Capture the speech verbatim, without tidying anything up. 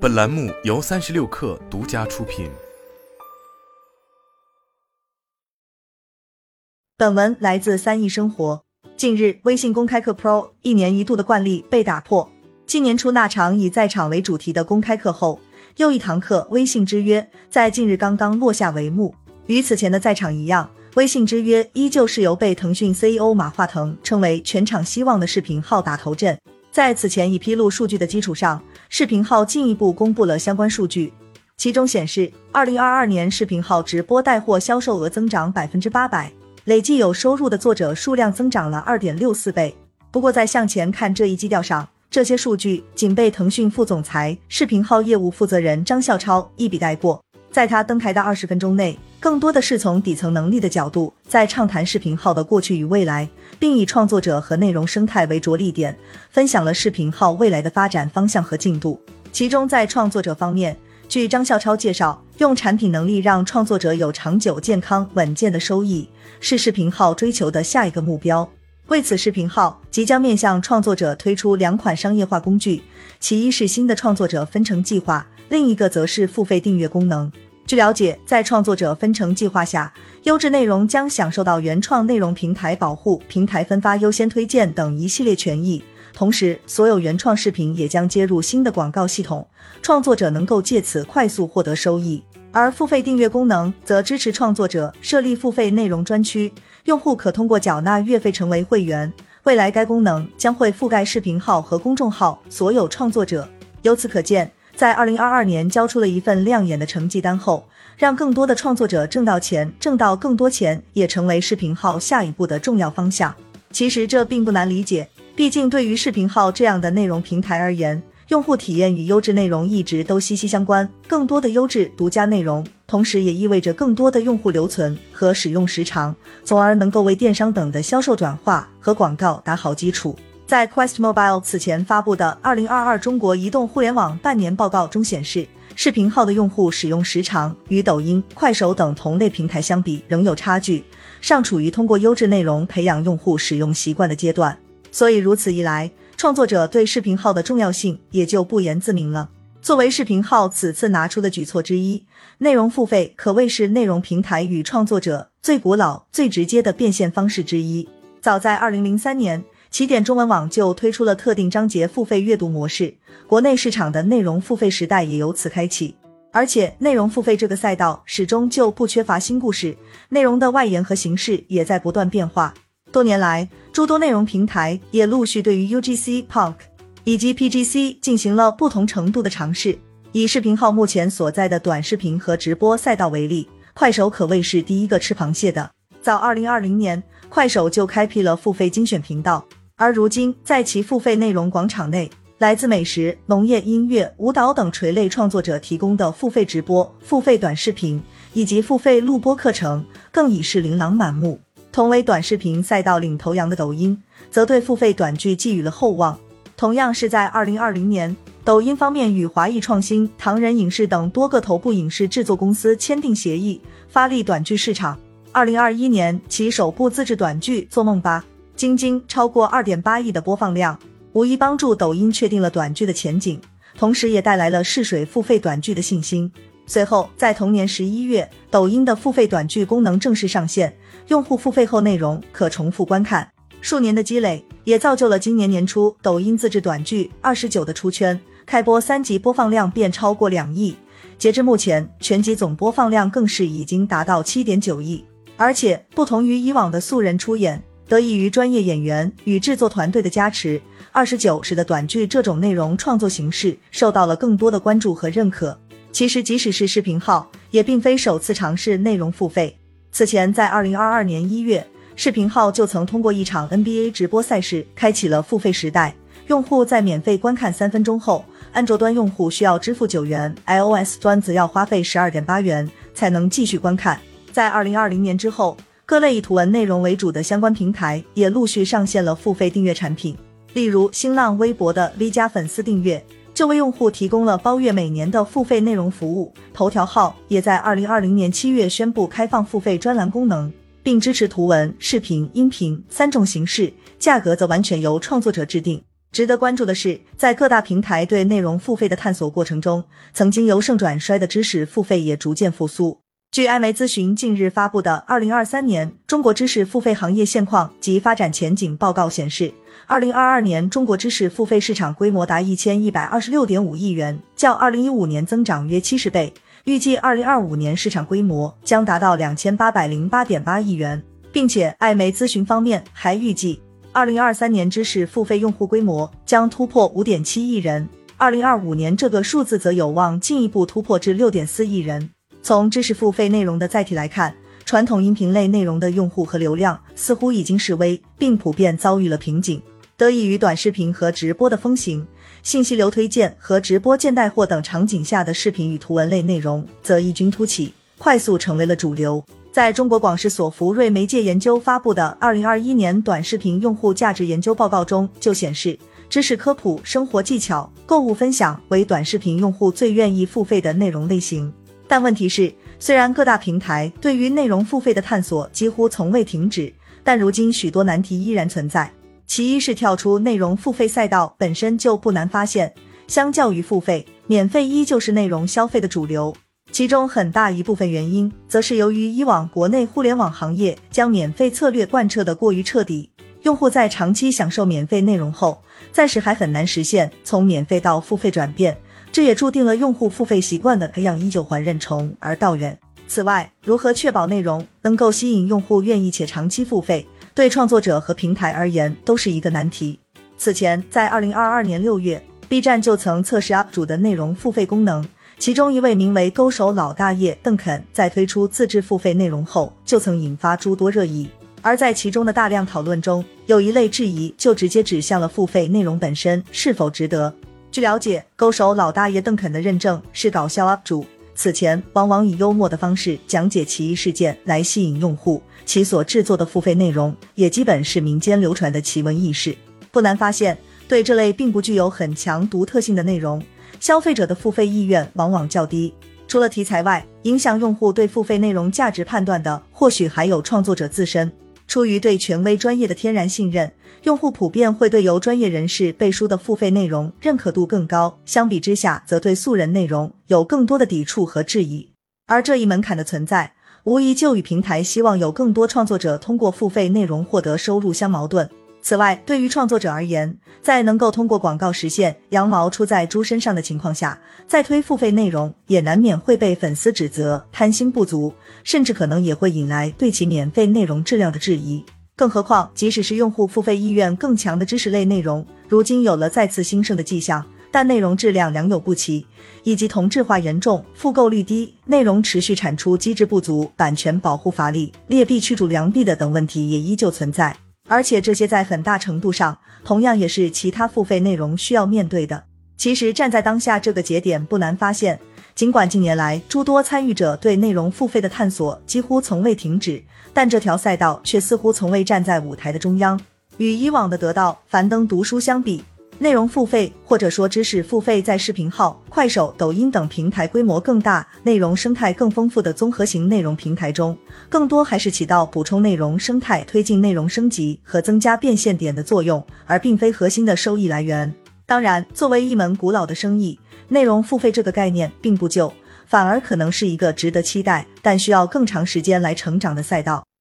本栏目由三十六氪独家出品。 本文来自三亿生活。近日，微信公开课 Pro 一年一度的惯例被打破。今年初那场以在场为主题的公开课后，又一堂课微信之约在近日刚刚落下帷幕。与此前的在场一样，微信之约依旧是由被腾讯 C E O 马化腾称为全场希望的视频号打头阵。在此前已披露数据的基础上，视频号进一步公布了相关数据。其中显示，二零二二年视频号直播带货销售额增长 百分之八百， 累计有收入的作者数量增长了 二点六四倍。不过在向前看这一基调上，这些数据仅被腾讯副总裁、视频号业务负责人张孝超一笔带过。在他登台的二十分钟内，更多的是从底层能力的角度在畅谈视频号的过去与未来，并以创作者和内容生态为着力点，分享了视频号未来的发展方向和进度。其中在创作者方面，据张孝超介绍，用产品能力让创作者有长久、健康、稳健的收益，是视频号追求的下一个目标。为此，视频号即将面向创作者推出两款商业化工具，其一是新的创作者分成计划，另一个则是付费订阅功能。据了解，在创作者分成计划下，优质内容将享受到原创内容平台保护、平台分发优先推荐等一系列权益，同时所有原创视频也将接入新的广告系统，创作者能够借此快速获得收益。而付费订阅功能则支持创作者设立付费内容专区，用户可通过缴纳月费成为会员，未来该功能将会覆盖视频号和公众号所有创作者。由此可见，在二零二二年交出了一份亮眼的成绩单后，让更多的创作者挣到钱，挣到更多钱也成为视频号下一步的重要方向。其实这并不难理解，毕竟对于视频号这样的内容平台而言，用户体验与优质内容一直都息息相关，更多的优质独家内容，同时也意味着更多的用户留存和使用时长，从而能够为电商等的销售转化和广告打好基础。在 Quest Mobile 此前发布的二零二二中国移动互联网半年报告中显示，视频号的用户使用时长与抖音、快手等同类平台相比仍有差距，尚处于通过优质内容培养用户使用习惯的阶段。所以如此一来，创作者对视频号的重要性也就不言自明了。作为视频号此次拿出的举措之一，内容付费可谓是内容平台与创作者最古老、最直接的变现方式之一。早在二零零三年，起点中文网就推出了特定章节付费阅读模式，国内市场的内容付费时代也由此开启。而且内容付费这个赛道始终就不缺乏新故事，内容的外延和形式也在不断变化。多年来，诸多内容平台也陆续对于 U G C、P U K 以及 P G C 进行了不同程度的尝试。以视频号目前所在的短视频和直播赛道为例，快手可谓是第一个吃螃蟹的。早二零二零年，快手就开辟了付费精选频道，而如今在其付费内容广场内，来自美食、农业、音乐、舞蹈等垂类创作者提供的付费直播、付费短视频以及付费录播课程更已是琳琅满目。同为短视频赛道领头羊的抖音，则对付费短剧寄予了厚望。同样是在二零二零年，抖音方面与华谊创新、唐人影视等多个头部影视制作公司签订协议，发力短剧市场。二零二一年，其首部自制短剧《做梦吧，晶晶》超过 二点八亿的播放量，无疑帮助抖音确定了短剧的前景，同时也带来了试水付费短剧的信心。随后在同年十一月，抖音的付费短剧功能正式上线，用户付费后内容可重复观看。数年的积累也造就了今年年初抖音自制短剧二十九的出圈，开播三集播放量便超过两亿，截至目前全集总播放量更是已经达到 七点九亿。而且不同于以往的素人出演，得益于专业演员与制作团队的加持，二十九使得短剧这种内容创作形式受到了更多的关注和认可。其实即使是视频号，也并非首次尝试内容付费。此前在二零二二年一月，视频号就曾通过一场 N B A 直播赛事开启了付费时代，用户在免费观看三分钟后，安卓端用户需要支付九元， iOS 端则要花费 十二点八元才能继续观看。在二零二零年之后，各类以图文内容为主的相关平台也陆续上线了付费订阅产品，例如新浪微博的 V 加粉丝订阅就为用户提供了包月每年的付费内容服务，头条号也在二零二零年七月宣布开放付费专栏功能，并支持图文、视频、音频三种形式，价格则完全由创作者制定。 值得关注的是，在各大平台对内容付费的探索过程中，曾经由盛转衰的知识付费也逐渐复苏。据艾媒咨询近日发布的二零二三年中国知识付费行业现况及发展前景报告显示，二零二二年中国知识付费市场规模达 一千一百二十六点五亿元，较二零一五年增长约七十倍，预计二零二五年市场规模将达到 两千八百零八点八亿元，并且艾媒咨询方面还预计二零二三年知识付费用户规模将突破 五点七亿人，二零二五年这个数字则有望进一步突破至 六点四亿人。从知识付费内容的载体来看，传统音频类内容的用户和流量似乎已经式微，并普遍遭遇了瓶颈。得益于短视频和直播的风行，信息流推荐和直播间带货等场景下的视频与图文类内容则异军突起，快速成为了主流。在中国广视索福瑞媒介研究发布的二零二一年短视频用户价值研究报告中就显示，知识科普、生活技巧、购物分享为短视频用户最愿意付费的内容类型。但问题是，虽然各大平台对于内容付费的探索几乎从未停止，但如今许多难题依然存在。其一是跳出内容付费赛道本身就不难发现，相较于付费，免费依旧是内容消费的主流。其中很大一部分原因，则是由于以往国内互联网行业将免费策略贯彻得过于彻底，用户在长期享受免费内容后，暂时还很难实现从免费到付费转变，这也注定了用户付费习惯的培养依旧还任重而道远。此外，如何确保内容能够吸引用户愿意且长期付费，对创作者和平台而言都是一个难题。此前，在二零二二年六月 ，B 站就曾测试 U P 主的内容付费功能，其中一位名为勾手老大爷邓肯在推出自制付费内容后，就曾引发诸多热议。而在其中的大量讨论中，有一类质疑就直接指向了付费内容本身是否值得。据了解，勾手老大爷邓肯的认证是搞笑 U P 主，此前往往以幽默的方式讲解奇异事件来吸引用户，其所制作的付费内容也基本是民间流传的奇闻异事。不难发现，对这类并不具有很强独特性的内容，消费者的付费意愿往往较低。除了题材外，影响用户对付费内容价值判断的或许还有创作者自身。出于对权威专业的天然信任，用户普遍会对由专业人士背书的付费内容认可度更高，相比之下则对素人内容有更多的抵触和质疑。而这一门槛的存在，无疑就与平台希望有更多创作者通过付费内容获得收入相矛盾。此外，对于创作者而言，在能够通过广告实现羊毛出在猪身上的情况下，再推付费内容也难免会被粉丝指责贪心不足，甚至可能也会引来对其免费内容质量的质疑。更何况，即使是用户付费意愿更强的知识类内容，如今有了再次兴盛的迹象，但内容质量良莠不齐，以及同质化严重、复购率低、内容持续产出机制不足、版权保护乏力、劣币驱逐良币的等问题也依旧存在。而且这些在很大程度上同样也是其他付费内容需要面对的。其实站在当下这个节点，不难发现，尽管近年来诸多参与者对内容付费的探索几乎从未停止，但这条赛道却似乎从未站在舞台的中央。与以往的得到、樊登读书相比，内容付费或者说知识付费在视频号、快手、抖音等平台规模更大、内容生态更丰富的综合型内容平台中，更多还是起到补充内容生态、推进内容升级和增加变现点的作用，而并非核心的收益来源。当然，作为一门古老的生意，内容付费这个概念并不旧，反而可能是一个值得期待但需要更长时间来成长的赛道。